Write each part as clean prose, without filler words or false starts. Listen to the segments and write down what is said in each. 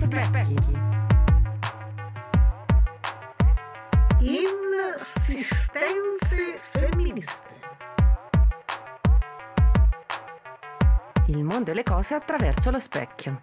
specchi. Insistenze femministe. Il mondo e le cose attraverso lo specchio.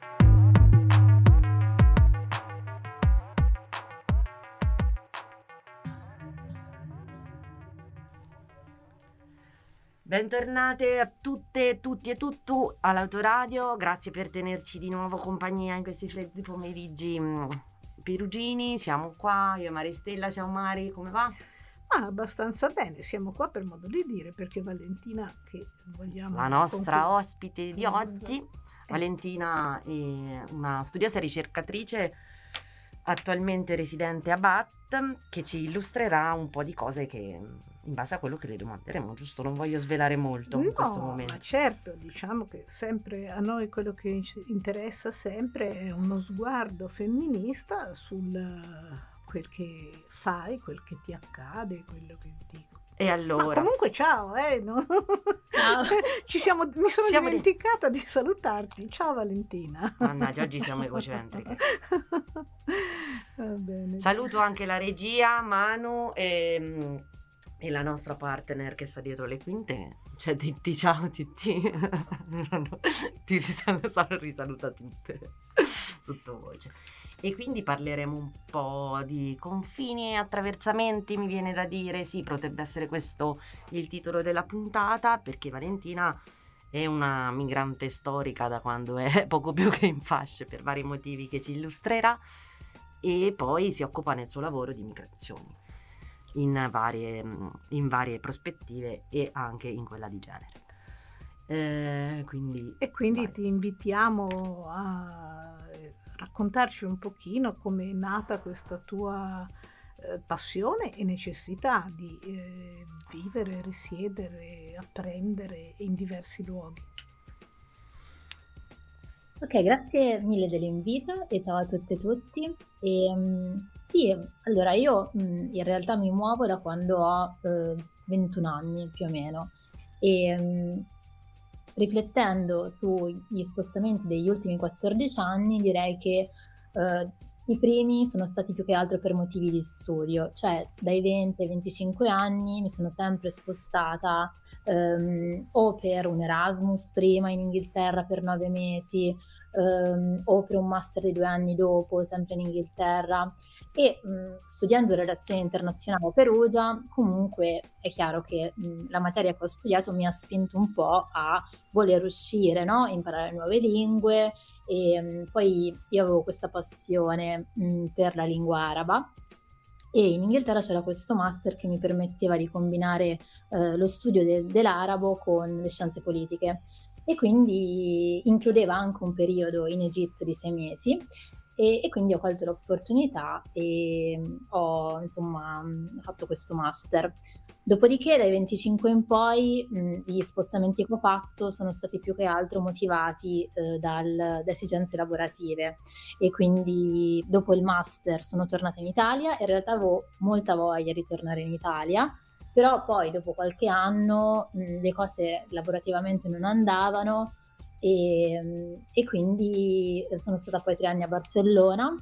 Bentornate a tutte, tutti e tutto all'Autoradio, grazie per tenerci di nuovo compagnia in questi freddi pomeriggi perugini. Siamo qua, io e Maristella. Ciao Mari, come va? Abbastanza bene, siamo qua per modo di dire, perché Valentina, che vogliamo... La nostra ospite di oggi, Valentina è una studiosa ricercatrice attualmente residente a Bath, che ci illustrerà un po' di cose che, in base a quello che le domanderemo, giusto? Non voglio svelare molto in questo momento. Ma certo, diciamo che sempre a noi quello che ci interessa sempre è uno sguardo femminista sul quel che fai, quel che ti accade, quello che ti... E allora? Ma comunque ciao, no? Ciao. Mi sono dimenticata di salutarti. Ciao Valentina. Mannaggia, oggi siamo egocentriche. Va bene. Saluto anche la regia, Manu e la nostra partner che sta dietro le quinte. Cioè Titti, ciao Titti. Ti sono risaluta tutte sottovoce. E quindi parleremo un po' di confini e attraversamenti, mi viene da dire. Sì, potrebbe essere questo il titolo della puntata, perché Valentina è una migrante storica da quando è poco più che in fasce, per vari motivi che ci illustrerà, e poi si occupa nel suo lavoro di migrazioni in varie prospettive e anche in quella di genere. Quindi vai. Ti invitiamo a raccontarci un pochino come è nata questa tua passione e necessità di vivere, risiedere, apprendere in diversi luoghi. Ok, grazie mille dell'invito e ciao a tutte e tutti. Sì, allora io in realtà mi muovo da quando ho 21 anni più o meno e riflettendo sugli spostamenti degli ultimi 14 anni direi che i primi sono stati più che altro per motivi di studio, cioè dai 20 ai 25 anni mi sono sempre spostata o per un Erasmus prima in Inghilterra per 9 mesi o per un master di 2 anni dopo sempre in Inghilterra e studiando relazioni internazionali a Perugia comunque è chiaro che la materia che ho studiato mi ha spinto un po' a voler uscire, no? Imparare nuove lingue e poi io avevo questa passione per la lingua araba e in Inghilterra c'era questo master che mi permetteva di combinare lo studio dell'arabo con le scienze politiche e quindi includeva anche un periodo in Egitto di 6 mesi e quindi ho colto l'opportunità e ho insomma fatto questo master. Dopodiché dai 25 in poi gli spostamenti che ho fatto sono stati più che altro motivati da esigenze lavorative e quindi dopo il master sono tornata in Italia, in realtà avevo molta voglia di tornare in Italia, però poi dopo qualche anno le cose lavorativamente non andavano e quindi sono stata poi 3 anni a Barcellona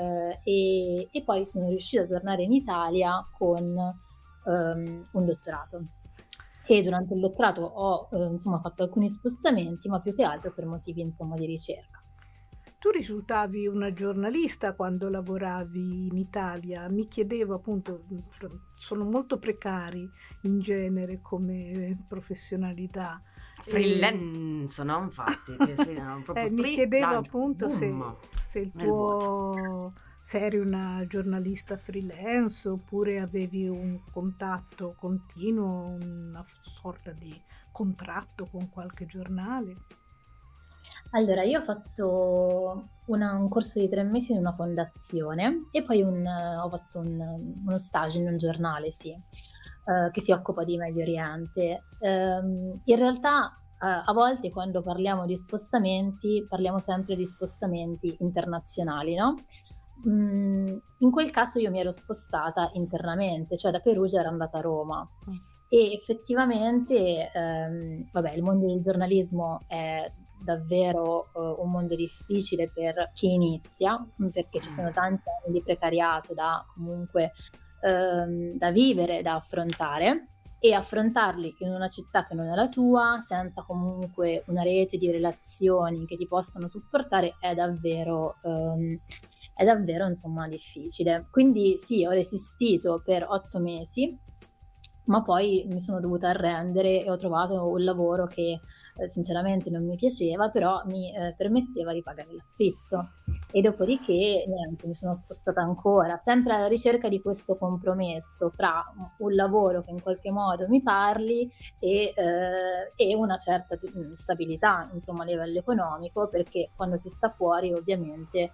e poi sono riuscita a tornare in Italia con un dottorato e durante il dottorato ho insomma fatto alcuni spostamenti ma più che altro per motivi insomma di ricerca. Tu risultavi una giornalista quando lavoravi in Italia, mi chiedevo appunto, sono molto precari in genere come professionalità. Freelance, no? Infatti, mi chiedevo appunto se il tuo... se eri una giornalista freelance oppure avevi un contatto continuo, una sorta di contratto con qualche giornale. Allora, io ho fatto un corso di 3 mesi in una fondazione e poi ho fatto uno stage in un giornale, sì, che si occupa di Medio Oriente. In realtà a volte quando parliamo di spostamenti parliamo sempre di spostamenti internazionali, no? In quel caso io mi ero spostata internamente, cioè da Perugia ero andata a Roma e effettivamente il mondo del giornalismo è davvero un mondo difficile per chi inizia, perché ci sono tanti anni di precariato da comunque da vivere, da affrontare, e affrontarli in una città che non è la tua, senza comunque una rete di relazioni che ti possano supportare, è davvero insomma difficile. Quindi sì, ho resistito per 8 mesi, ma poi mi sono dovuta arrendere e ho trovato un lavoro che sinceramente non mi piaceva, però mi permetteva di pagare l'affitto. E dopodiché niente, mi sono spostata ancora, sempre alla ricerca di questo compromesso fra un lavoro che in qualche modo mi parli e una certa stabilità, insomma, a livello economico, perché quando si sta fuori ovviamente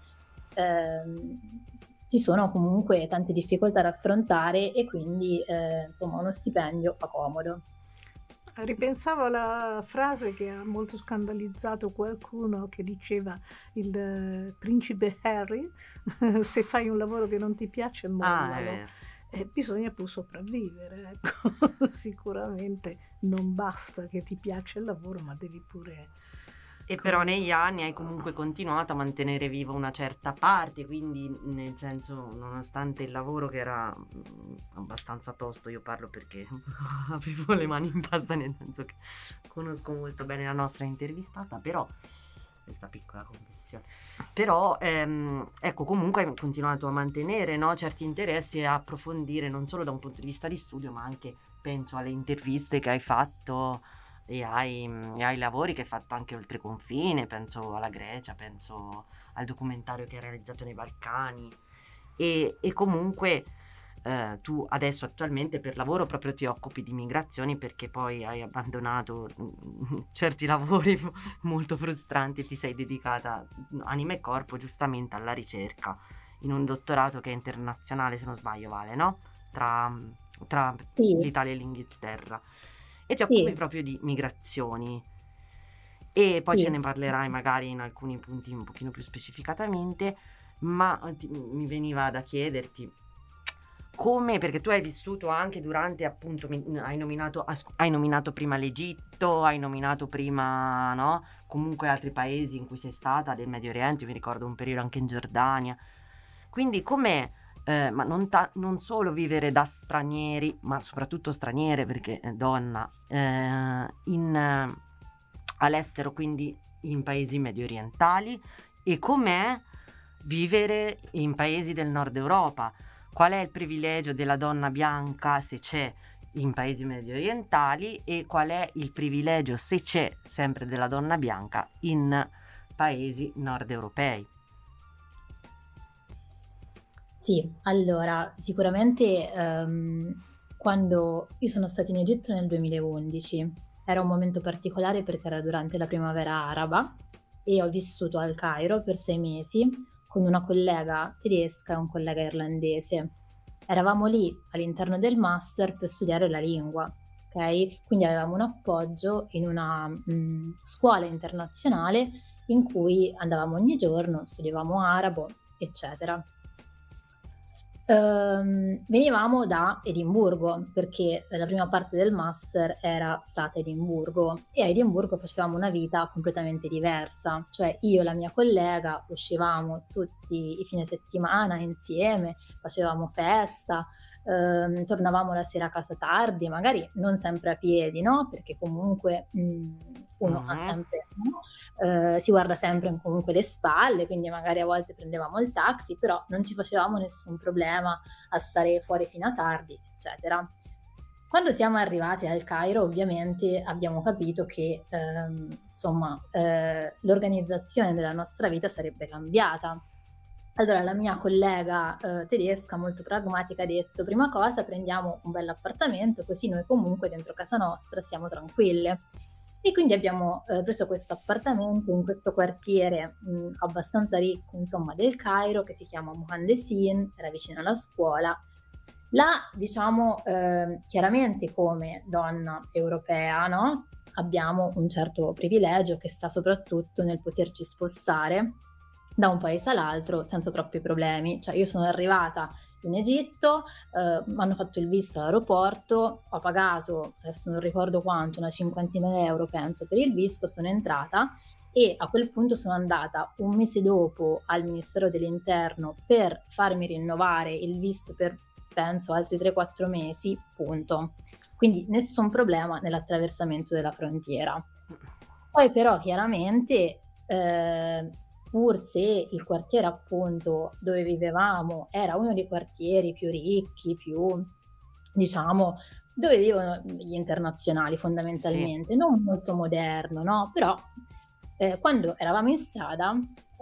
ci sono comunque tante difficoltà da affrontare e quindi insomma uno stipendio fa comodo. Ripensavo alla frase che ha molto scandalizzato qualcuno, che diceva il principe Harry: se fai un lavoro che non ti piace, mollalo. Bisogna pur sopravvivere, ecco. Sicuramente non basta che ti piace il lavoro, ma devi pure... E però negli anni hai comunque continuato a mantenere viva una certa parte, quindi nel senso, nonostante il lavoro che era abbastanza tosto, io parlo perché avevo le mani in pasta, nel senso che conosco molto bene la nostra intervistata, però questa piccola confessione, però ecco, comunque hai continuato a mantenere, no, certi interessi e a approfondire, non solo da un punto di vista di studio, ma anche penso alle interviste che hai fatto e ai lavori che hai fatto anche oltre confine, penso alla Grecia, penso al documentario che hai realizzato nei Balcani e comunque tu adesso attualmente per lavoro proprio ti occupi di migrazioni, perché poi hai abbandonato certi lavori molto frustranti e ti sei dedicata anima e corpo giustamente alla ricerca in un dottorato che è internazionale, se non sbaglio, Vale, no? Tra Sì. l'Italia e l'Inghilterra. E ti occupi proprio di migrazioni e poi ce ne parlerai magari in alcuni punti un pochino più specificatamente, ma mi veniva da chiederti come, perché tu hai vissuto anche durante, appunto, hai nominato prima l'Egitto, hai nominato prima, no? Comunque altri paesi in cui sei stata, del Medio Oriente, mi ricordo un periodo anche in Giordania. Quindi com'è, ma non solo vivere da stranieri, ma soprattutto straniere, perché donna, all'estero, quindi in paesi medio orientali, e com'è vivere in paesi del nord Europa? Qual è il privilegio della donna bianca, se c'è, in paesi medio orientali, e qual è il privilegio, se c'è, sempre della donna bianca in paesi nord europei? Sì, allora sicuramente quando io sono stata in Egitto nel 2011 era un momento particolare perché era durante la primavera araba e ho vissuto al Cairo per 6 mesi con una collega tedesca e un collega irlandese. Eravamo lì all'interno del master per studiare la lingua, ok? Quindi avevamo un appoggio in una scuola internazionale in cui andavamo ogni giorno, studiavamo arabo, eccetera. Venivamo da Edimburgo perché la prima parte del master era stata a Edimburgo e a Edimburgo facevamo una vita completamente diversa, cioè io e la mia collega uscivamo tutti i fine settimana insieme, facevamo festa, tornavamo la sera a casa tardi, magari non sempre a piedi, no? Perché comunque uno ha sempre, no? Si guarda sempre comunque le spalle, quindi magari a volte prendevamo il taxi, però non ci facevamo nessun problema a stare fuori fino a tardi, eccetera. Quando siamo arrivati al Cairo, ovviamente abbiamo capito che l'organizzazione della nostra vita sarebbe cambiata. Allora la mia collega tedesca, molto pragmatica, ha detto: prima cosa prendiamo un bel appartamento, così noi comunque dentro casa nostra siamo tranquille. E quindi abbiamo preso questo appartamento in questo quartiere abbastanza ricco, insomma, del Cairo, che si chiama Muhandesin, era vicino alla scuola. Là, diciamo, chiaramente come donna europea, no? Abbiamo un certo privilegio che sta soprattutto nel poterci spostare da un paese all'altro senza troppi problemi. Cioè io sono arrivata in Egitto, mi hanno fatto il visto all'aeroporto, ho pagato, adesso non ricordo quanto, una cinquantina di euro penso per il visto, sono entrata e a quel punto sono andata un mese dopo al Ministero dell'Interno per farmi rinnovare il visto per, penso, altri 3-4 mesi, punto. Quindi nessun problema nell'attraversamento della frontiera. Poi però chiaramente, pur se il quartiere appunto dove vivevamo era uno dei quartieri più ricchi, più diciamo dove vivono gli internazionali fondamentalmente, Sì. non molto moderno, no? Però quando eravamo in strada,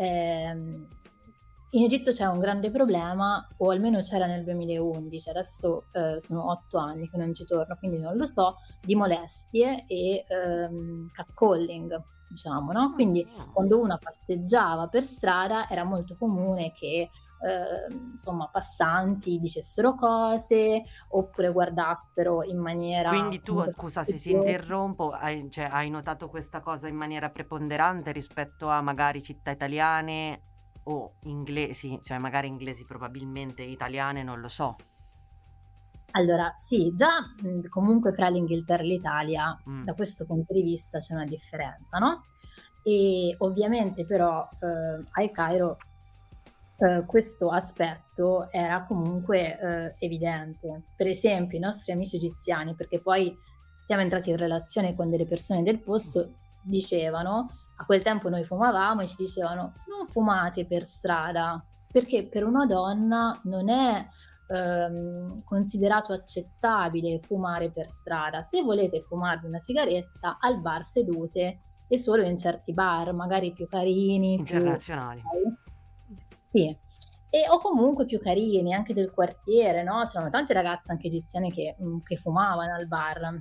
in Egitto c'è un grande problema, o almeno c'era nel 2011, adesso sono 8 anni che non ci torno, quindi non lo so, di molestie e catcalling, diciamo, no? Quindi quando una passeggiava per strada era molto comune che insomma passanti dicessero cose oppure guardassero in maniera Quindi tu, comunque scusa se si sospettosa. interrompo, hai notato questa cosa in maniera preponderante rispetto a magari città italiane o inglesi, cioè magari inglesi probabilmente, italiane non lo so. Allora, sì, già comunque fra l'Inghilterra e l'Italia, da questo punto di vista c'è una differenza, no? E ovviamente però al Cairo questo aspetto era comunque evidente. Per esempio, i nostri amici egiziani, perché poi siamo entrati in relazione con delle persone del posto, dicevano, a quel tempo noi fumavamo e ci dicevano non fumate per strada, perché per una donna non è considerato accettabile fumare per strada. Se volete fumarvi una sigaretta al bar sedute e solo in certi bar, magari più carini, più Internazionali. sì, e o comunque più carini, anche del quartiere, no? C'erano tante ragazze anche egiziane che fumavano al bar.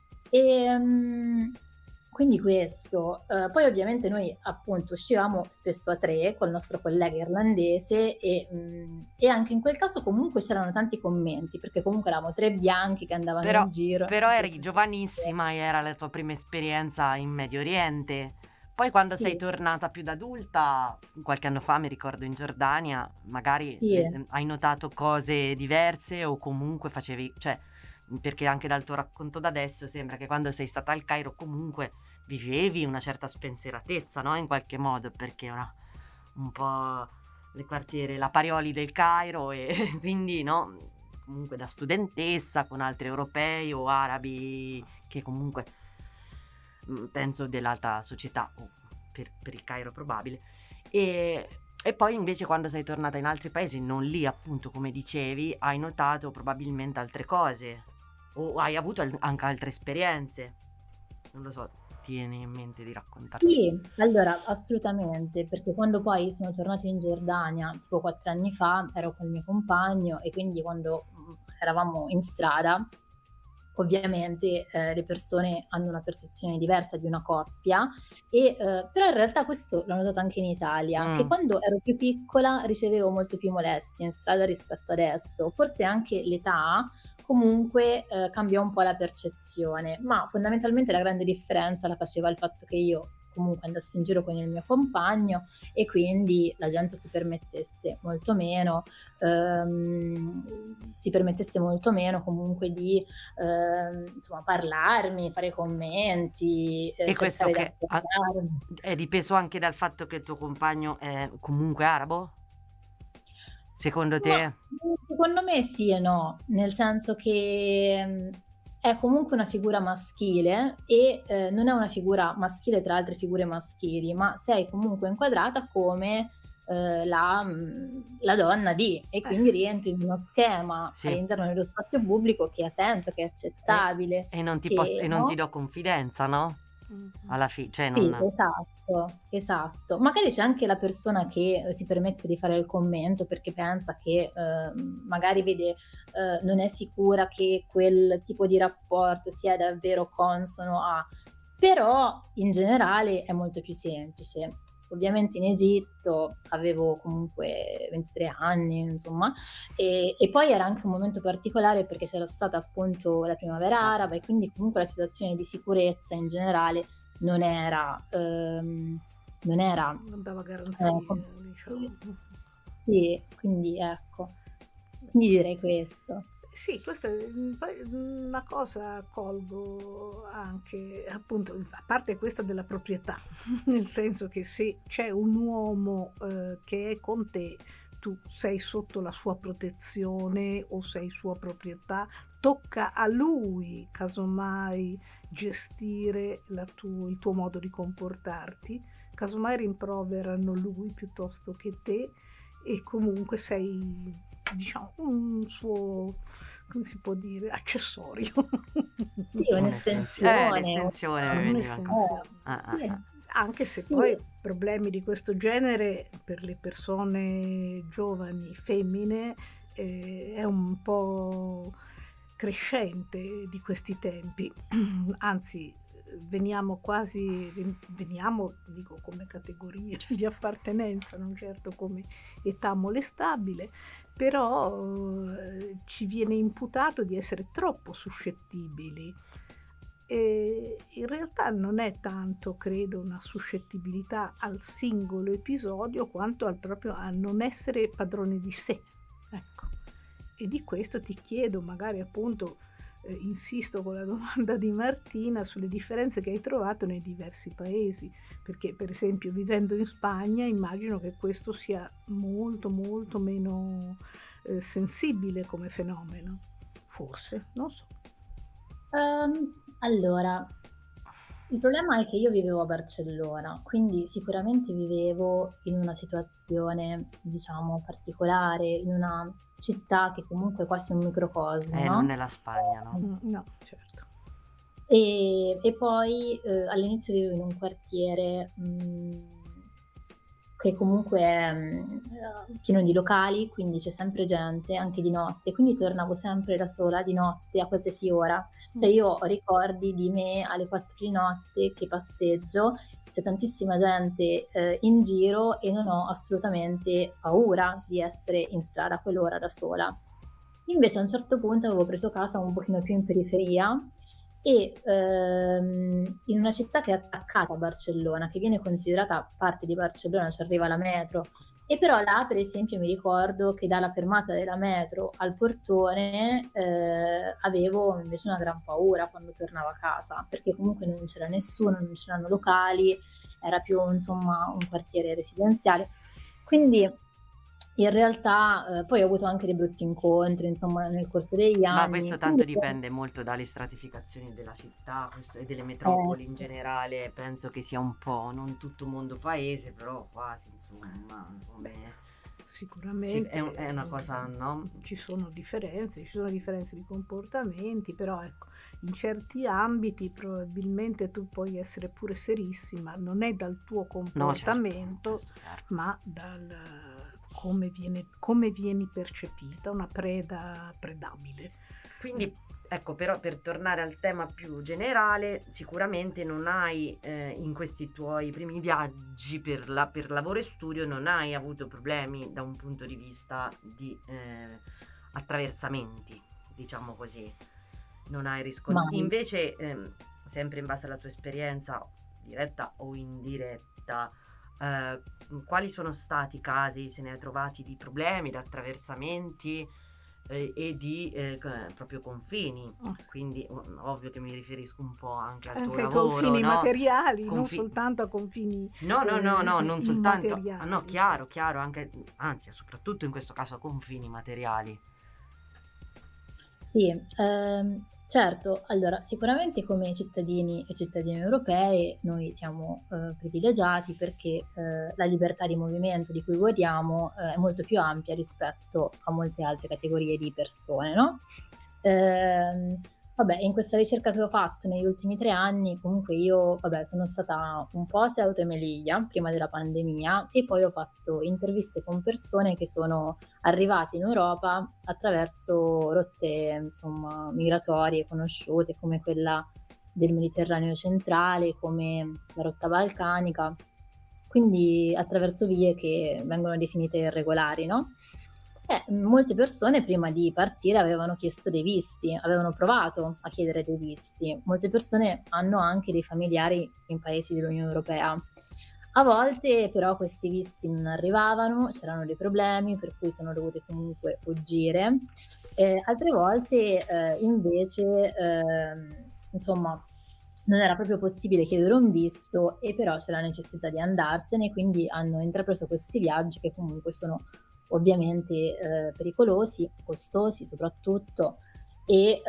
Quindi questo. Poi ovviamente noi appunto uscivamo spesso a 3 col nostro collega irlandese e anche in quel caso comunque c'erano tanti commenti, perché comunque eravamo 3 bianchi che andavano in giro. Però eri giovanissima e era la tua prima esperienza in Medio Oriente. Poi quando sei Sì, tornata più da adulta, qualche anno fa mi ricordo in Giordania, magari sì. hai notato cose diverse o comunque facevi, cioè, perché anche dal tuo racconto da adesso sembra che quando sei stata al Cairo comunque vivevi una certa spensieratezza, no? In qualche modo, perché era un po' le quartiere, la Parioli del Cairo e quindi, no? Comunque da studentessa con altri europei o arabi che comunque penso dell'alta società o per il Cairo probabile e poi invece quando sei tornata in altri paesi non lì appunto come dicevi hai notato probabilmente altre cose o hai avuto anche altre esperienze, non lo so, tieni in mente di raccontarci. Sì, allora assolutamente, perché quando poi sono tornata in Giordania, tipo 4 anni fa, ero con il mio compagno e quindi quando eravamo in strada, ovviamente le persone hanno una percezione diversa di una coppia, però in realtà questo l'ho notato anche in Italia, che quando ero più piccola ricevevo molto più molestie in strada rispetto adesso, forse anche l'età comunque cambiò un po' la percezione, ma fondamentalmente la grande differenza la faceva il fatto che io comunque andassi in giro con il mio compagno e quindi la gente si permettesse molto meno comunque di insomma parlarmi, fare commenti, E questo cercare di che approcciarmi. è dipeso anche dal fatto che il tuo compagno è comunque arabo? Secondo Ma te? secondo me sì e no, nel senso che è comunque una figura maschile e non è una figura maschile tra altre figure maschili, ma sei comunque inquadrata come la donna di, e quindi Sì. rientri in uno schema Sì. all'interno dello spazio pubblico che ha senso, che è accettabile. E non ti Che, e non ti no? do confidenza, no? Alla fine, cioè Sì, non... esatto. Magari c'è anche la persona che si permette di fare il commento perché pensa che magari vede, non è sicura che quel tipo di rapporto sia davvero consono a... Però in generale è molto più semplice. Ovviamente in Egitto avevo comunque 23 anni, insomma, e poi era anche un momento particolare perché c'era stata appunto la primavera araba e quindi comunque la situazione di sicurezza in generale non era Non dava garanzie, diciamo. sì, quindi ecco, quindi direi questo. Sì, questa è una cosa colgo anche, appunto, a parte questa della proprietà, nel senso che se c'è un uomo che è con te, tu sei sotto la sua protezione o sei sua proprietà, tocca a lui, casomai, gestire il tuo modo di comportarti, casomai rimproverano lui piuttosto che te, e comunque sei, diciamo, un suo, come si può dire, accessorio. Sì, un'estensione. L'estensione mi veniva Sì. Anche se Sì. poi problemi di questo genere per le persone giovani, femmine, è un po' crescente di questi tempi. Anzi, veniamo, dico, come categoria di appartenenza, non certo come età molestabile, però ci viene imputato di essere troppo suscettibili. E in realtà non è tanto, credo, una suscettibilità al singolo episodio quanto a non essere padrone di sé. Ecco. E di questo ti chiedo, magari appunto, insisto con la domanda di Martina sulle differenze che hai trovato nei diversi paesi, perché per esempio vivendo in Spagna immagino che questo sia molto molto meno sensibile come fenomeno, forse, non so. Allora, il problema è che io vivevo a Barcellona, quindi sicuramente vivevo in una situazione, diciamo, particolare, in una città che comunque è quasi un microcosmo, no? Non è la Spagna, no? No, certo. E poi all'inizio vivevo in un quartiere che comunque è pieno di locali, quindi c'è sempre gente, anche di notte, quindi tornavo sempre da sola di notte a qualsiasi ora. Cioè io ho ricordi di me alle 4 di notte che passeggio, c'è tantissima gente in giro e non ho assolutamente paura di essere in strada a quell'ora da sola. Invece a un certo punto avevo preso casa un pochino più in periferia e in una città che è attaccata a Barcellona, che viene considerata parte di Barcellona, ci arriva la metro, e però là per esempio mi ricordo che dalla fermata della metro al portone avevo invece una gran paura quando tornavo a casa, perché comunque non c'era nessuno, non c'erano locali, era più insomma un quartiere residenziale, quindi in realtà poi ho avuto anche dei brutti incontri, insomma, nel corso degli anni. Ma questo tanto dipende molto dalle stratificazioni della città e delle metropoli in generale. Penso che sia un po', non tutto mondo paese, però quasi, insomma, come... Sicuramente sì, è una cosa, no? Ci sono differenze di comportamenti, però ecco, in certi ambiti probabilmente tu puoi essere pure serissima, non è dal tuo comportamento, no, certo. ma dal come vieni percepita, una preda predabile. Quindi ecco, però per tornare al tema più generale, sicuramente non hai in questi tuoi primi viaggi per lavoro e studio non hai avuto problemi da un punto di vista di attraversamenti, diciamo così, non hai riscontrato. Invece sempre in base alla tua esperienza diretta o indiretta, quali sono stati i casi, se ne hai trovati, di problemi, di attraversamenti e di proprio confini? Quindi ovvio che mi riferisco un po' anche al tuo lavoro, confini no? materiali, non soltanto a confini no, non soltanto, no, diciamo. chiaro, anche, anzi soprattutto in questo caso a confini materiali. Sì, certo, allora sicuramente come cittadini e cittadine europei noi siamo privilegiati perché la libertà di movimento di cui godiamo è molto più ampia rispetto a molte altre categorie di persone, no? Vabbè, in questa ricerca che ho fatto negli ultimi 3 anni, comunque io, sono stata un po' a Ceuta e Melilla prima della pandemia e poi ho fatto interviste con persone che sono arrivate in Europa attraverso rotte, insomma, migratorie conosciute come quella del Mediterraneo centrale, come la rotta balcanica, quindi attraverso vie che vengono definite irregolari, no? Molte persone prima di partire avevano chiesto dei visti, avevano provato a chiedere dei visti. Molte persone hanno anche dei familiari in paesi dell'Unione Europea. A volte però questi visti non arrivavano, c'erano dei problemi per cui sono dovute comunque fuggire. Altre volte invece insomma non era proprio possibile chiedere un visto, e però c'è la necessità di andarsene, quindi hanno intrapreso questi viaggi che comunque sono ovviamente pericolosi, costosi soprattutto, e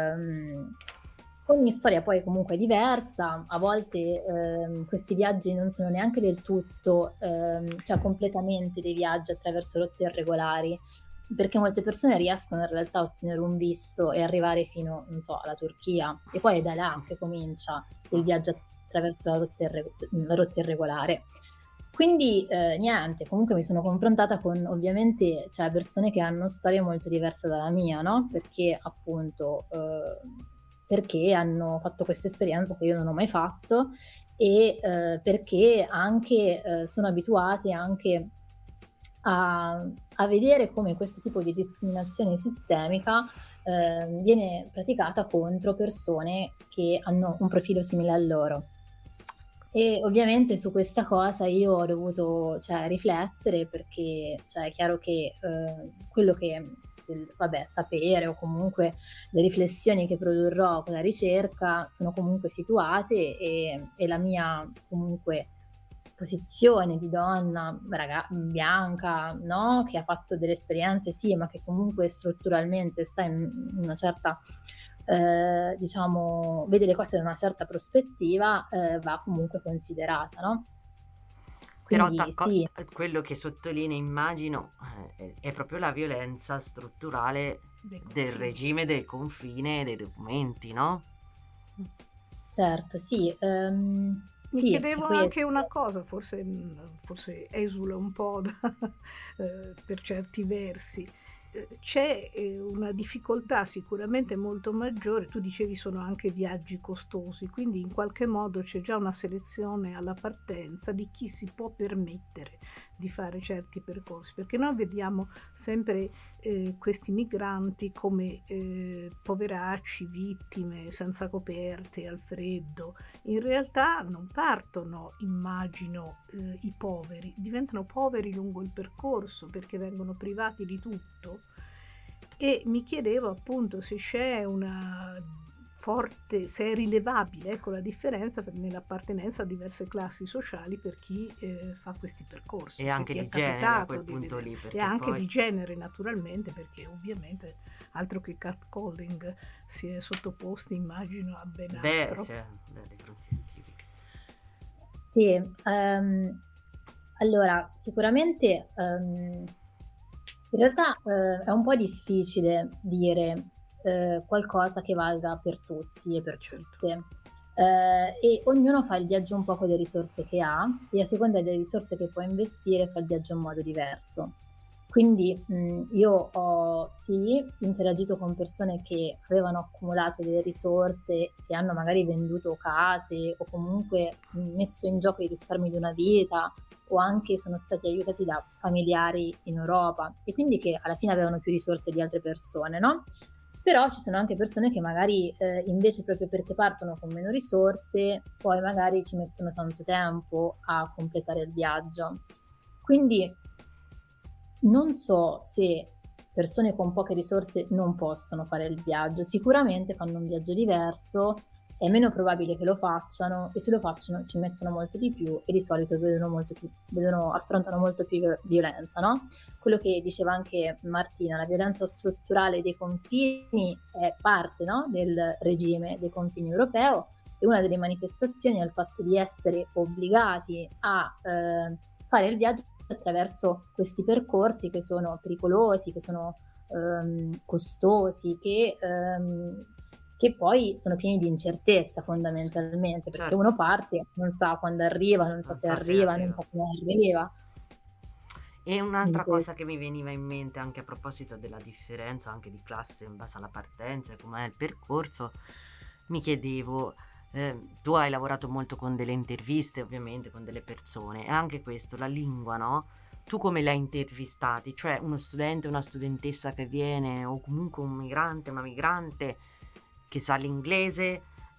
ogni storia poi comunque è diversa. A volte questi viaggi non sono neanche del tutto, cioè completamente dei viaggi attraverso rotte irregolari, perché molte persone riescono in realtà a ottenere un visto e arrivare fino, non so, alla Turchia, e poi è da là che comincia il viaggio attraverso la rotta irregolare. Quindi niente, comunque mi sono confrontata con ovviamente, cioè, persone che hanno storie molto diverse dalla mia, no? Perché appunto perché hanno fatto questa esperienza che io non ho mai fatto, e perché anche sono abituate anche a vedere come questo tipo di discriminazione sistemica viene praticata contro persone che hanno un profilo simile a loro. E ovviamente su questa cosa io ho dovuto, cioè, riflettere, perché, cioè, è chiaro che quello che vabbè, sapere, o comunque le riflessioni che produrrò con la ricerca sono comunque situate, e la mia comunque posizione di donna bianca, no? Che ha fatto delle esperienze, sì, ma che comunque strutturalmente sta in una certa, diciamo, vede le cose da una certa prospettiva, va comunque considerata, no? Quindi Però sì. quello che sottolinea, immagino, è proprio la violenza strutturale del regime del confine e dei documenti, no? Certo, sì. Mi Sì, chiedevo anche una cosa, forse esula un po' per certi versi. C'è una difficoltà sicuramente molto maggiore, tu dicevi sono anche viaggi costosi, quindi in qualche modo c'è già una selezione alla partenza di chi si può permettere di fare certi percorsi, perché noi vediamo sempre questi migranti come poveracci, vittime, senza coperte, al freddo. In realtà non partono, immagino, i poveri, diventano poveri lungo il percorso perché vengono privati di tutto, e mi chiedevo appunto se c'è una forte, se è rilevabile, ecco, la differenza nell'appartenenza a diverse classi sociali per chi fa questi percorsi. E anche di genere a quel punto lì, E anche di genere, naturalmente, perché ovviamente altro che catcalling si è sottoposti, immagino, a ben altro. Cioè, delle fronti scientifiche. Sì, allora sicuramente in realtà è un po' difficile dire qualcosa che valga per tutti e per tutte. E ognuno fa il viaggio un po' con le risorse che ha, e a seconda delle risorse che può investire fa il viaggio in modo diverso. Quindi io ho sì interagito con persone che avevano accumulato delle risorse e hanno magari venduto case, o comunque messo in gioco i risparmi di una vita, o anche sono stati aiutati da familiari in Europa, e quindi che alla fine avevano più risorse di altre persone, no? Però ci sono anche persone che magari invece, proprio perché partono con meno risorse, poi magari ci mettono tanto tempo a completare il viaggio. Quindi non so se persone con poche risorse non possono fare il viaggio. Sicuramente fanno un viaggio diverso, è meno probabile che lo facciano, e se lo facciano ci mettono molto di più, e di solito affrontano molto più violenza, no? Quello che diceva anche Martina, la violenza strutturale dei confini è parte, no, del regime dei confini europeo, e una delle manifestazioni è il fatto di essere obbligati a fare il viaggio attraverso questi percorsi che sono pericolosi, che sono costosi, che poi sono pieni di incertezza, fondamentalmente, perché certo. uno parte, non sa quando arriva, non sa se arriva, non sa come arriva. E un'altra cosa che mi veniva in mente, anche a proposito della differenza anche di classe in base alla partenza e com'è il percorso, mi chiedevo, tu hai lavorato molto con delle interviste, ovviamente, con delle persone, e anche questo, la lingua, no? Tu come l'hai intervistati? Cioè uno studente, una studentessa che viene, o comunque un migrante, una migrante che sa l'inglese,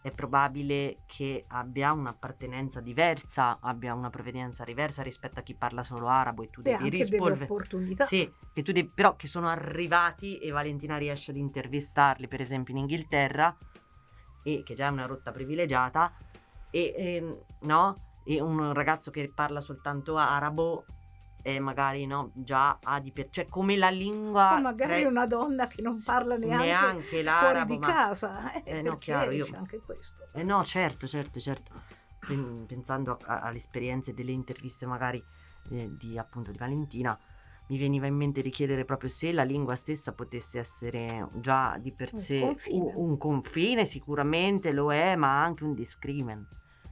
è probabile che abbia un'appartenenza diversa, abbia una provenienza diversa rispetto a chi parla solo arabo, e tu devi rispolverare delle opportunità. Sì, che tu devi, però che sono arrivati e Valentina riesce ad intervistarli, per esempio in Inghilterra, e che già è una rotta privilegiata, no? E un ragazzo che parla soltanto arabo e magari no, già ha cioè come la lingua, o magari una donna che non parla neanche l'arabo, fuori di casa, no, chiaro, c'è anche questo. No, certo. Pensando alle esperienze delle interviste magari di Valentina, mi veniva in mente di chiedere proprio se la lingua stessa potesse essere già di per sé un confine, sicuramente lo è, ma anche un discrimen.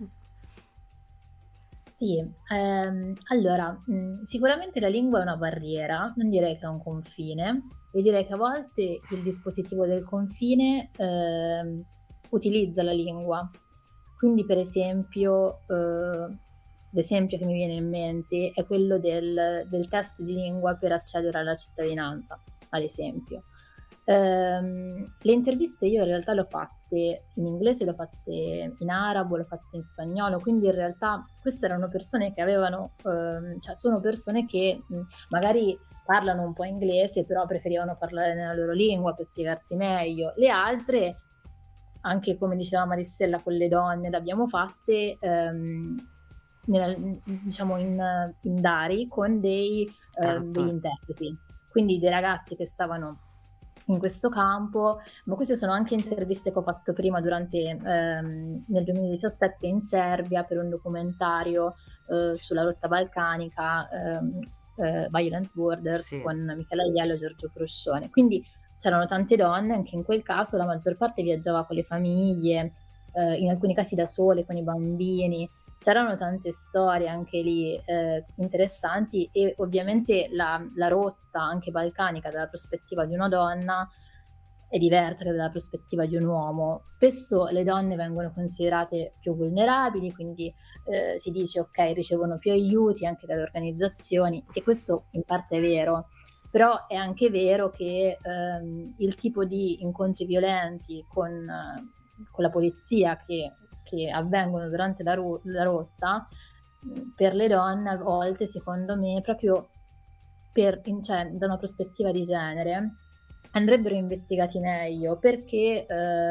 Sì, allora, sicuramente la lingua è una barriera, non direi che è un confine, e direi che a volte il dispositivo del confine utilizza la lingua. Quindi, per esempio, l'esempio che mi viene in mente è quello del test di lingua per accedere alla cittadinanza, ad esempio. Le interviste io in realtà le ho fatte in inglese, le ho fatte in arabo, le ho fatte in spagnolo, quindi in realtà queste erano persone che avevano, cioè sono persone che magari parlano un po' inglese, però preferivano parlare nella loro lingua per spiegarsi meglio. Le altre, anche come diceva Maristella con le donne, le abbiamo fatte diciamo in Dari con degli interpreti, quindi dei ragazzi che stavano in questo campo, ma queste sono anche interviste che ho fatto prima nel 2017 in Serbia per un documentario sulla rotta balcanica, Violent Borders, sì, con Michela Aiello e Giorgio Fruscione. Quindi c'erano tante donne, anche in quel caso la maggior parte viaggiava con le famiglie, in alcuni casi da sole, con i bambini. C'erano tante storie anche lì interessanti, e ovviamente la rotta anche balcanica dalla prospettiva di una donna è diversa dalla prospettiva di un uomo. Spesso le donne vengono considerate più vulnerabili, quindi si dice ok, ricevono più aiuti anche dalle organizzazioni, e questo in parte è vero, però è anche vero che il tipo di incontri violenti con la polizia che avvengono durante la rotta, per le donne a volte, secondo me, proprio cioè, da una prospettiva di genere, andrebbero investigati meglio, perché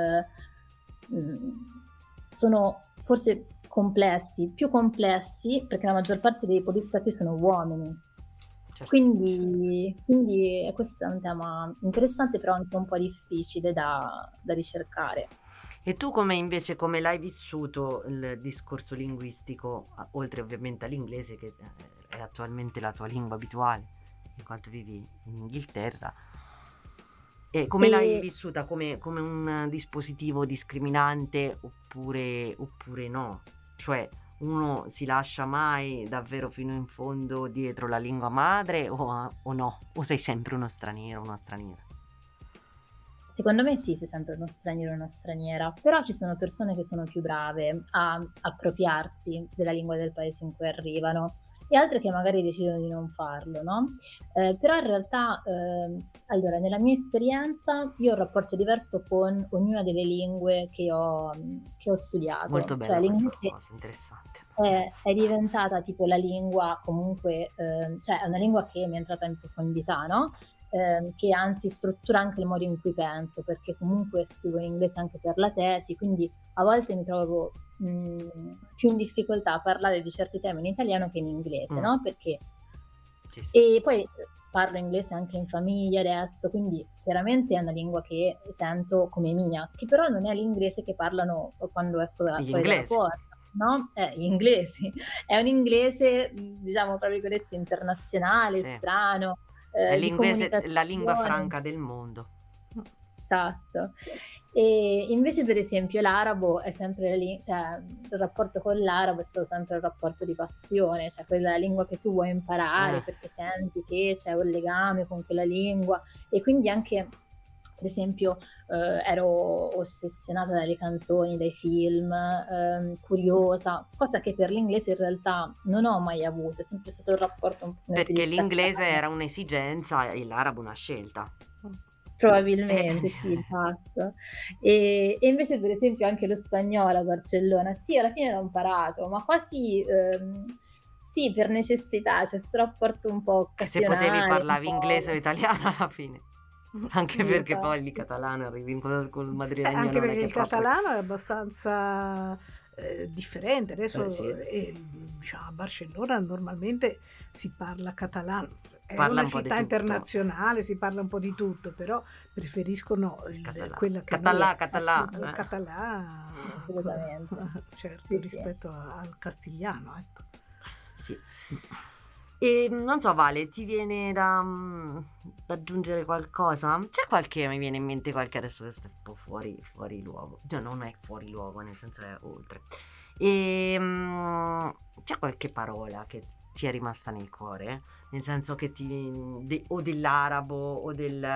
sono forse più complessi, perché la maggior parte dei poliziotti sono uomini. Certo. Quindi questo è un tema interessante, però anche un po' difficile da ricercare. E tu come l'hai vissuto il discorso linguistico, oltre ovviamente all'inglese che è attualmente la tua lingua abituale, in quanto vivi in Inghilterra? E come l'hai vissuta? Come un dispositivo discriminante oppure no? Cioè uno si lascia mai davvero fino in fondo dietro la lingua madre o no? O sei sempre uno straniero, una straniera? Secondo me sì, sei sempre uno straniero o una straniera, però ci sono persone che sono più brave a appropriarsi della lingua del paese in cui arrivano, e altre che magari decidono di non farlo, no? Però in realtà, allora, nella mia esperienza, io ho un rapporto diverso con ognuna delle lingue che ho studiato. Molto bella, cioè, l'inglese cosa interessante. È diventata tipo la lingua comunque, cioè è una lingua che mi è entrata in profondità, no? Che anzi struttura anche il modo in cui penso, perché comunque scrivo in inglese anche per la tesi, quindi a volte mi trovo più in difficoltà a parlare di certi temi in italiano che in inglese, no? Perché e poi parlo inglese anche in famiglia adesso, quindi chiaramente è una lingua che sento come mia, che però non è l'inglese che parlano quando esco fuori dalla porta, no? Gli inglesi. È un inglese, diciamo, tra virgolette, internazionale, sì, strano. È la lingua franca del mondo. Esatto. E invece, per esempio, l'arabo è sempre cioè il rapporto con l'arabo è stato sempre un rapporto di passione, cioè quella lingua che tu vuoi imparare perché senti che c'è un legame con quella lingua, e quindi anche, per esempio, ero ossessionata dalle canzoni, dai film, curiosa, cosa che per l'inglese in realtà non ho mai avuto, è sempre stato un rapporto un po' perché l'inglese era un'esigenza e l'arabo una scelta. Probabilmente sì, esatto. E invece per esempio anche lo spagnolo a Barcellona, sì, alla fine l'ho imparato, ma quasi sì, per necessità, c'è questo rapporto un po' Che se potevi occasionale, un parlavi inglese o po'... italiano alla fine. Anche Sì, perché poi il esatto. catalano arrivi col madrilegno Anche non è perché che il proprio... catalano è abbastanza differente. Adesso sì, diciamo, a Barcellona normalmente si parla catalano. È parla una un po' di città tutto. internazionale, si parla un po' di tutto, però preferiscono quella che noi Català. il català, Assolutamente. certo, Sì, sì. rispetto al castigliano, ecco. Sì. E non so, Vale, ti viene da aggiungere qualcosa? C'è qualche, mi viene in mente qualche, adesso questo è un po' fuori luogo, cioè non è fuori luogo, nel senso è oltre. E c'è qualche parola che ti è rimasta nel cuore? Nel senso che o dell'arabo o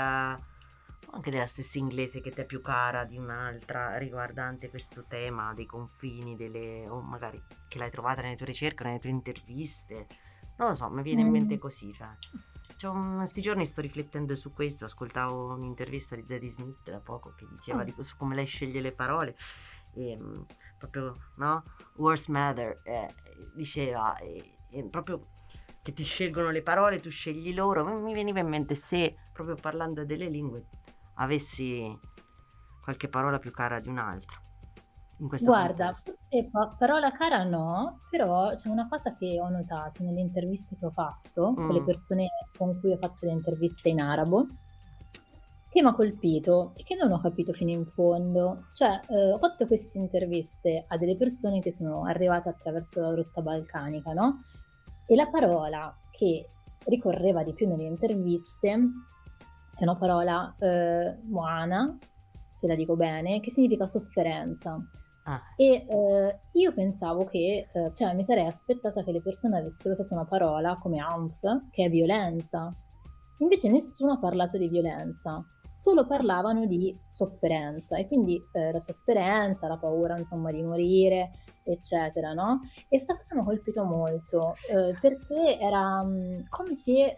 anche della stessa inglese che ti è più cara di un'altra riguardante questo tema dei confini, o magari che l'hai trovata nelle tue ricerche, nelle tue interviste. Non lo so, mi viene in mente così, cioè. Questi giorni sto riflettendo su questo, ascoltavo un'intervista di Zadie Smith da poco che diceva su come lei sceglie le parole e proprio, no? Words matter, diceva, proprio che ti scelgono le parole, tu scegli loro. Mi veniva in mente se, proprio parlando delle lingue, avessi qualche parola più cara di un'altra. In questo Guarda, contesto. forse parola cara no, però c'è una cosa che ho notato nelle interviste che ho fatto con le persone con cui ho fatto le interviste in arabo, che mi ha colpito e che non ho capito fino in fondo. Cioè, ho fatto queste interviste a delle persone che sono arrivate attraverso la rotta balcanica, no? E la parola che ricorreva di più nelle interviste è una parola moana, se la dico bene, che significa sofferenza. E io pensavo che, cioè mi sarei aspettata che le persone avessero usato una parola come Anf, che è violenza. Invece nessuno ha parlato di violenza, solo parlavano di sofferenza e quindi la sofferenza, la paura insomma di morire, eccetera, no? E sta cosa mi ha colpito molto perché era come se,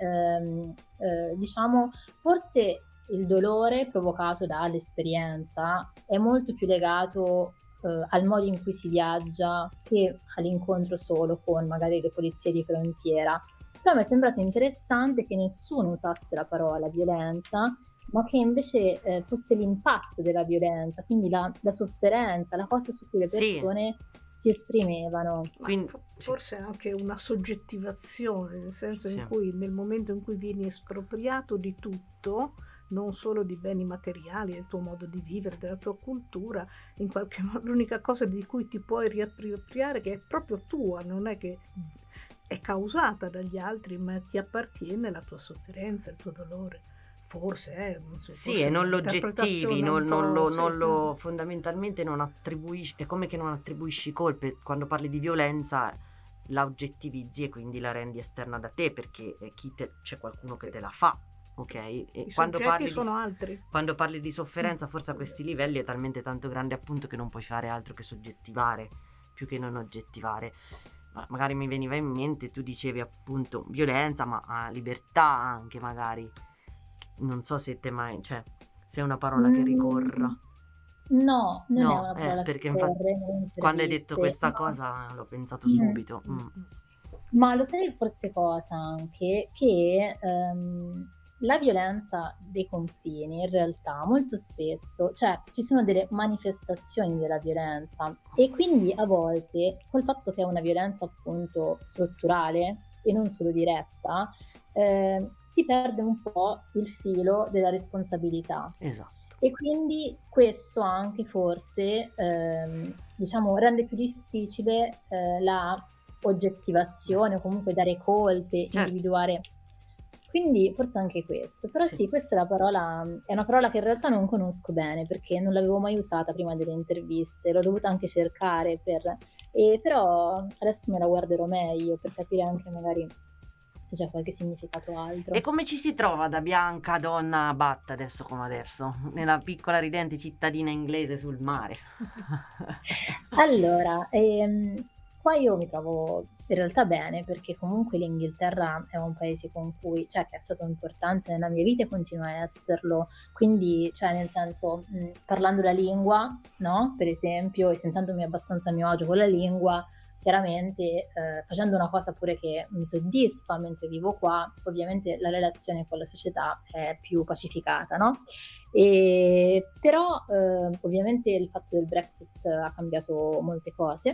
diciamo, forse il dolore provocato dall'esperienza è molto più legato al modo in cui si viaggia che all'incontro solo con magari le polizie di frontiera. Però mi è sembrato interessante che nessuno usasse la parola violenza, ma che invece fosse l'impatto della violenza, quindi la sofferenza, la cosa su cui le persone si esprimevano. Quindi, forse anche una soggettivazione, nel senso in cui nel momento in cui vieni espropriato di tutto, non solo di beni materiali, del tuo modo di vivere, della tua cultura, in qualche modo l'unica cosa di cui ti puoi riappropriare che è proprio tua, non è che è causata dagli altri, ma ti appartiene la tua sofferenza, il tuo dolore. Forse non so, sì, e non lo oggettivi, fondamentalmente non attribuisci, è come che non attribuisci colpe. Quando parli di violenza la oggettivizzi e quindi la rendi esterna da te, perché c'è qualcuno che te la fa, ok? E i soggetti sono altri. Quando parli di sofferenza forse a questi livelli è talmente tanto grande appunto che non puoi fare altro che soggettivare più che non oggettivare. Magari mi veniva in mente, tu dicevi appunto violenza, ma libertà anche magari. Non so se te mai, cioè, se è una parola che ricorra. No, non è una parola perché che ricorre. quando hai detto questa cosa l'ho pensato subito. Ma lo sai forse cosa anche? Che la violenza dei confini in realtà molto spesso, cioè ci sono delle manifestazioni della violenza e quindi a volte col fatto che è una violenza appunto strutturale e non solo diretta, si perde un po' il filo della responsabilità. Esatto. E quindi questo anche forse diciamo rende più difficile la oggettivazione o comunque dare colpe, individuare. Quindi forse anche questo, però sì, questa è una parola che in realtà non conosco bene perché non l'avevo mai usata prima delle interviste, l'ho dovuta anche cercare però adesso me la guarderò meglio per capire anche magari se c'è qualche significato altro. E come ci si trova da bianca donna batta adesso come adesso, nella piccola ridente cittadina inglese sul mare? Allora, qua io mi trovo in realtà bene, perché comunque l'Inghilterra è un paese con cui, cioè, che è stato importante nella mia vita e continua a esserlo, quindi, cioè, nel senso, parlando la lingua, no? Per esempio, e sentendomi abbastanza a mio agio con la lingua, chiaramente facendo una cosa pure che mi soddisfa mentre vivo qua, ovviamente la relazione con la società è più pacificata, no? Però ovviamente il fatto del Brexit ha cambiato molte cose,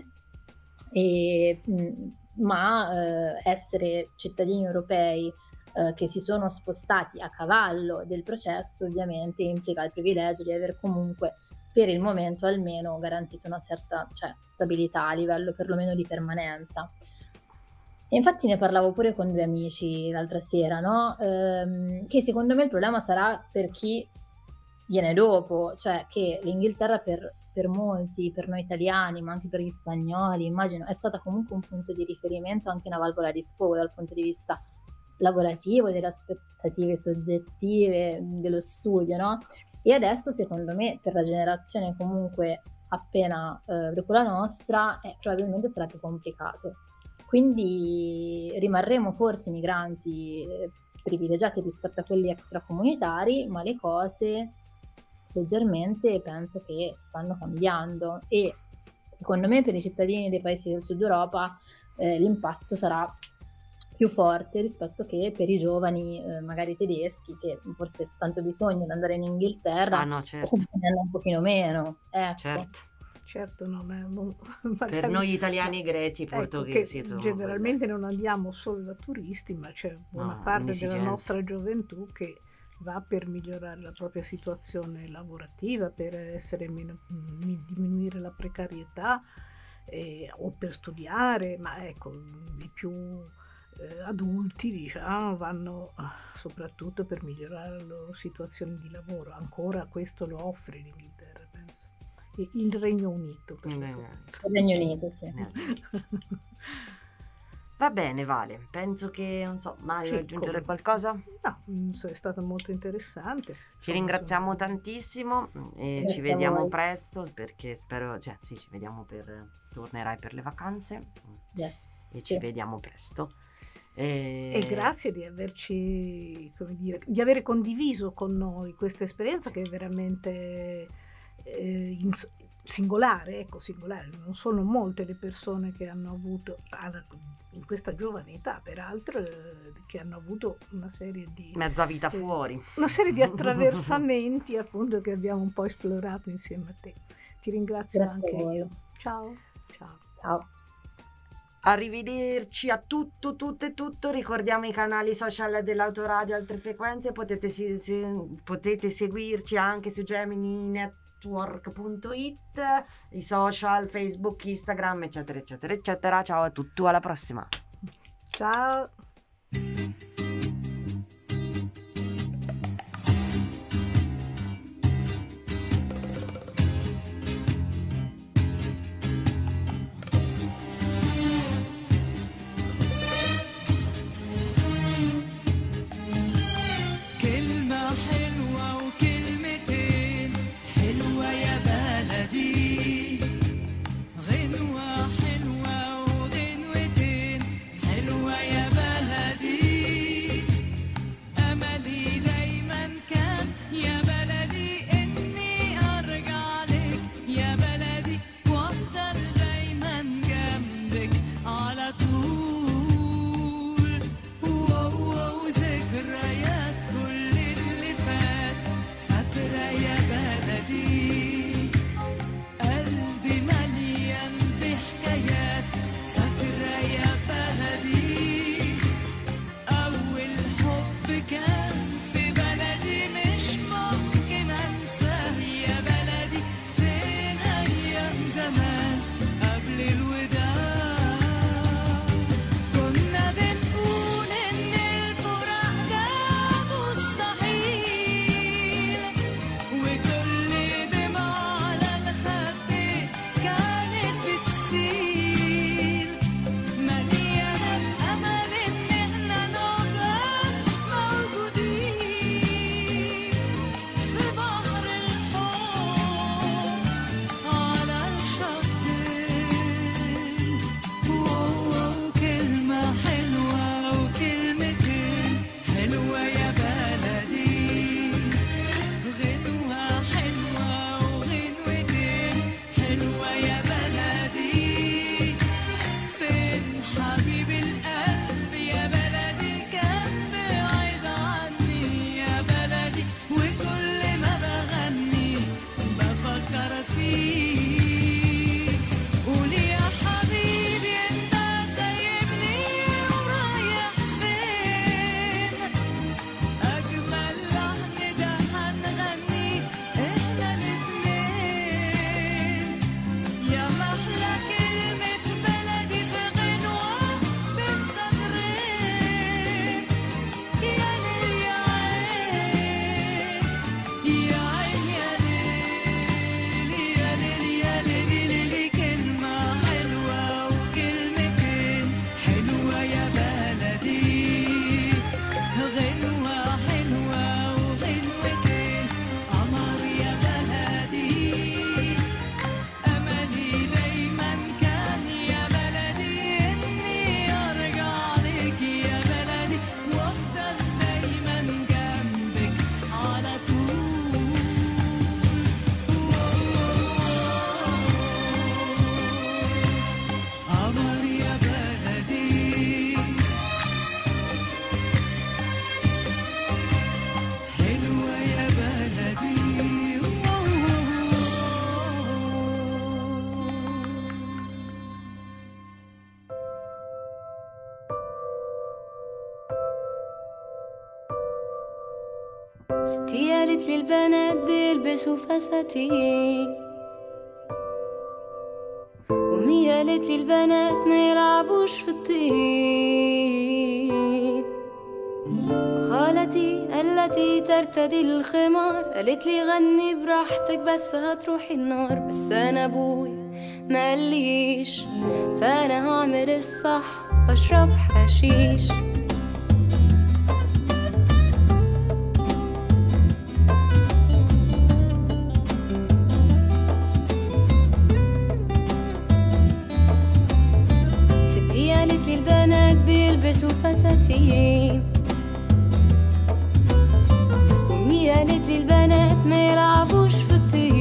ma essere cittadini europei che si sono spostati a cavallo del processo ovviamente implica il privilegio di aver comunque per il momento almeno garantito una certa, cioè, stabilità a livello perlomeno di permanenza. E infatti ne parlavo pure con 2 amici l'altra sera, no? Che secondo me il problema sarà per chi viene dopo, cioè che l'Inghilterra per molti, per noi italiani, ma anche per gli spagnoli, immagino, è stata comunque un punto di riferimento, anche una valvola di sfogo dal punto di vista lavorativo, delle aspettative soggettive, dello studio, no? E adesso secondo me per la generazione comunque appena dopo la nostra probabilmente sarà più complicato, quindi rimarremo forse migranti privilegiati rispetto a quelli extracomunitari, ma le cose leggermente penso che stanno cambiando e secondo me per i cittadini dei paesi del sud Europa l'impatto sarà più forte rispetto che per i giovani magari tedeschi, che forse tanto bisogno di andare in Inghilterra, no, certo. un pochino meno, ecco. Certo, non per noi italiani, greci, portoghesi, ecco, generalmente non andiamo solo da turisti, ma c'è buona parte della nostra gioventù che va per migliorare la propria situazione lavorativa, per diminuire la precarietà o per studiare, ma ecco, i più adulti, diciamo, vanno soprattutto per migliorare la loro situazione di lavoro. Ancora questo lo offre l'Inghilterra, penso. E il Regno Unito. Il Regno Unito, sì. Va bene, Vale, penso che, non so, Mario, vuoi aggiungere qualcosa? No, è stato molto interessante. Ci ringraziamo tantissimo e ci vediamo presto, perché spero, cioè sì, ci vediamo tornerai per le vacanze. Yes. E ci vediamo presto. E grazie di averci, come dire, di aver condiviso con noi questa esperienza che è veramente singolare, ecco, singolare. Non sono molte le persone che hanno avuto, in questa giovane età peraltro, che hanno avuto una serie di mezza vita fuori, una serie di attraversamenti appunto che abbiamo un po' esplorato insieme a te. Ti ringrazio. Grazie anche io. Ciao. Arrivederci a tutto. Ricordiamo i canali social dell'Autoradio Altre Frequenze, potete seguirci anche su GeminiNetwork.it, i social, Facebook, Instagram, eccetera. Ciao a tutti, alla prossima. Ciao. غنوة حلوة وغنوتين حلوة يا بلدي. قالت لي البنات بيلبسوا فساتين، وأمي قالت لي البنات ما يلعبوش في الطين. خالتي التي ترتدي الخمار قالت لي غني براحتك بس هتروحي النار. بس أنا أبويا ما قاليش، فأنا هعمل الصح وأشرب حشيش. ستي قالت لي البنات بيلبسوا فساتين، وأمي قالت لي البنات ما يلعبوش في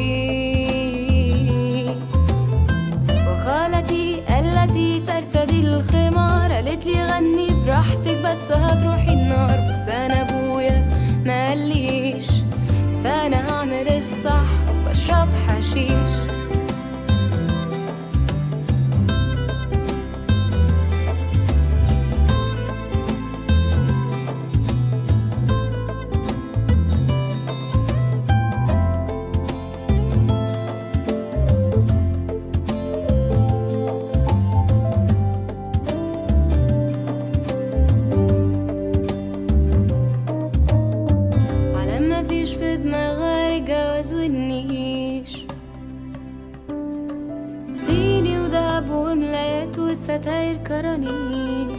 الطين. وخالتي التي ترتدي الخمار قالت لي غني براحتك بس هتروحي النار. بس أنا أبويا ما قاليش، فأنا هعمل الصح وأشرب حشيش. صيني وذهب وملايات والستاير كرانيش.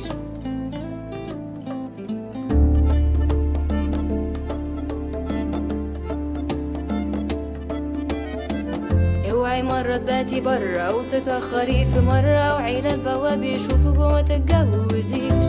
اوعي مرة تباتي برا وتتأخري في مرة، وعيلة البواب يشوفوا وما تتجوزيش.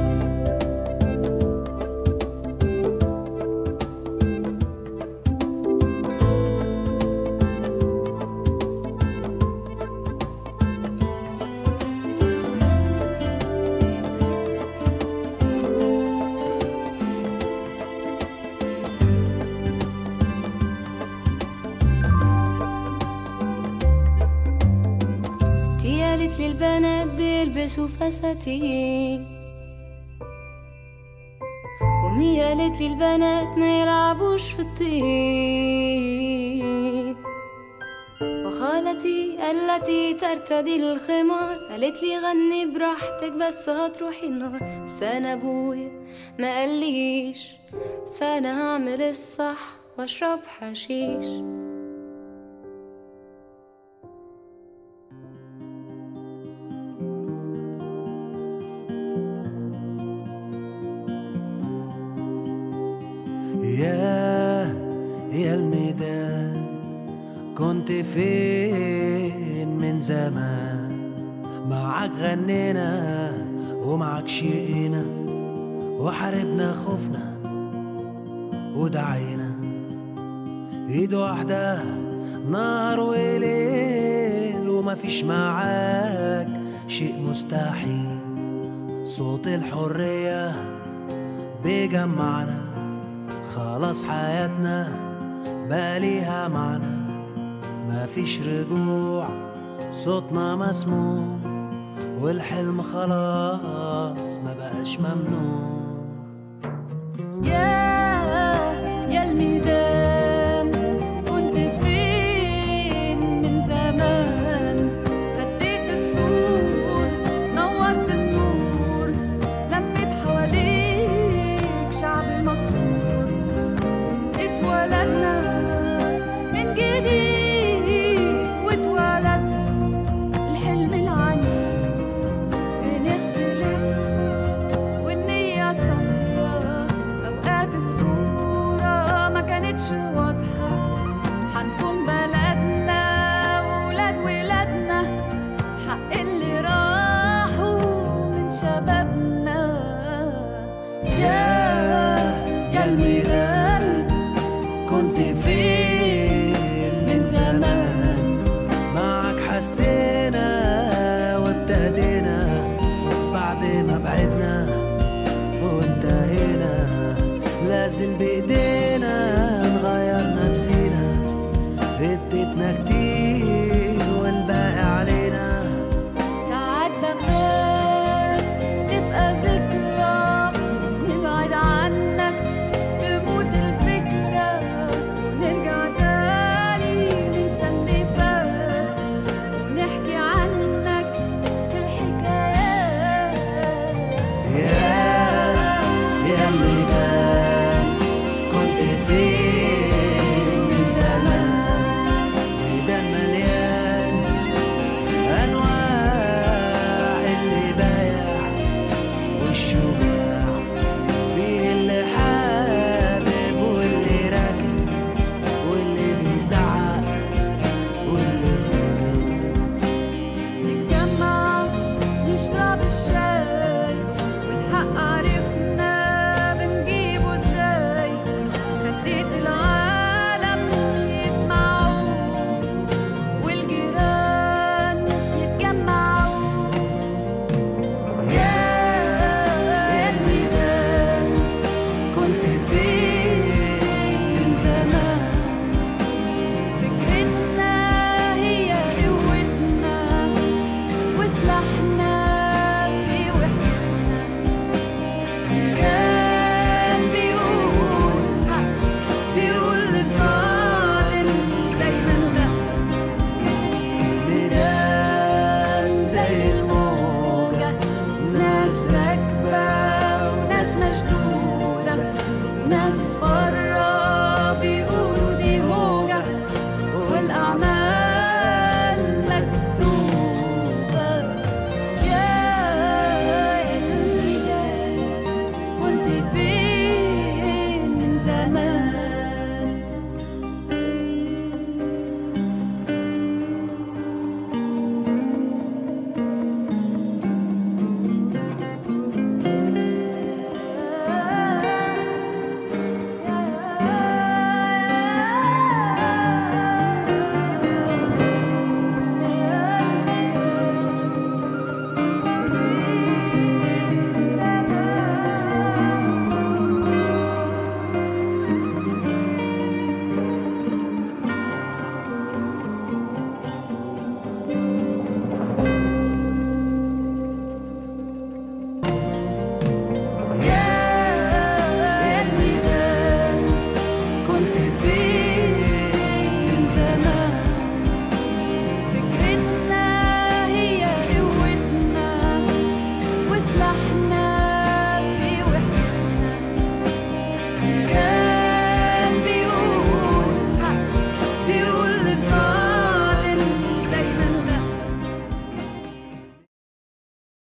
قالت لي البنات بيلبسوا فساتين، وأمي قالت لي البنات ما يلعبوش في الطين. وخالتي التي ترتدي الخمار قالت لي غني براحتك بس هتروحي النار. بس أنا أبويا ما قاليش، فأنا هعمل الصح وأشرب حشيش. يا الميدان كنت فين من زمان؟ معاك غنينا ومعاك شقينا وحاربنا خوفنا ودعينا، ايد واحدة نهار وليل ومفيش معاك شيء مستحيل. صوت الحرية بيجمعنا، خلاص حياتنا بقى ليها معنى. مفيش رجوع صوتنا مسموع، والحلم خلاص ما بقاش ممنوع. يا الميدان كنت فين من زمان؟ فديت السور نورت النور، لميت حواليك شعب مكسور. اتولدنا من جديد واتولد الحلم العنيد. بنختلف والنية صافية، أوقات الصورة ما كانتش واضحة. حنصون بلدنا وولاد ولادنا، حق اللي راحوا من شبابنا. يا الميدان كنت فين من زمان؟ معك حسينا وابتدينا بعد ما بعدنا وانتهينا. لازم بإيدينا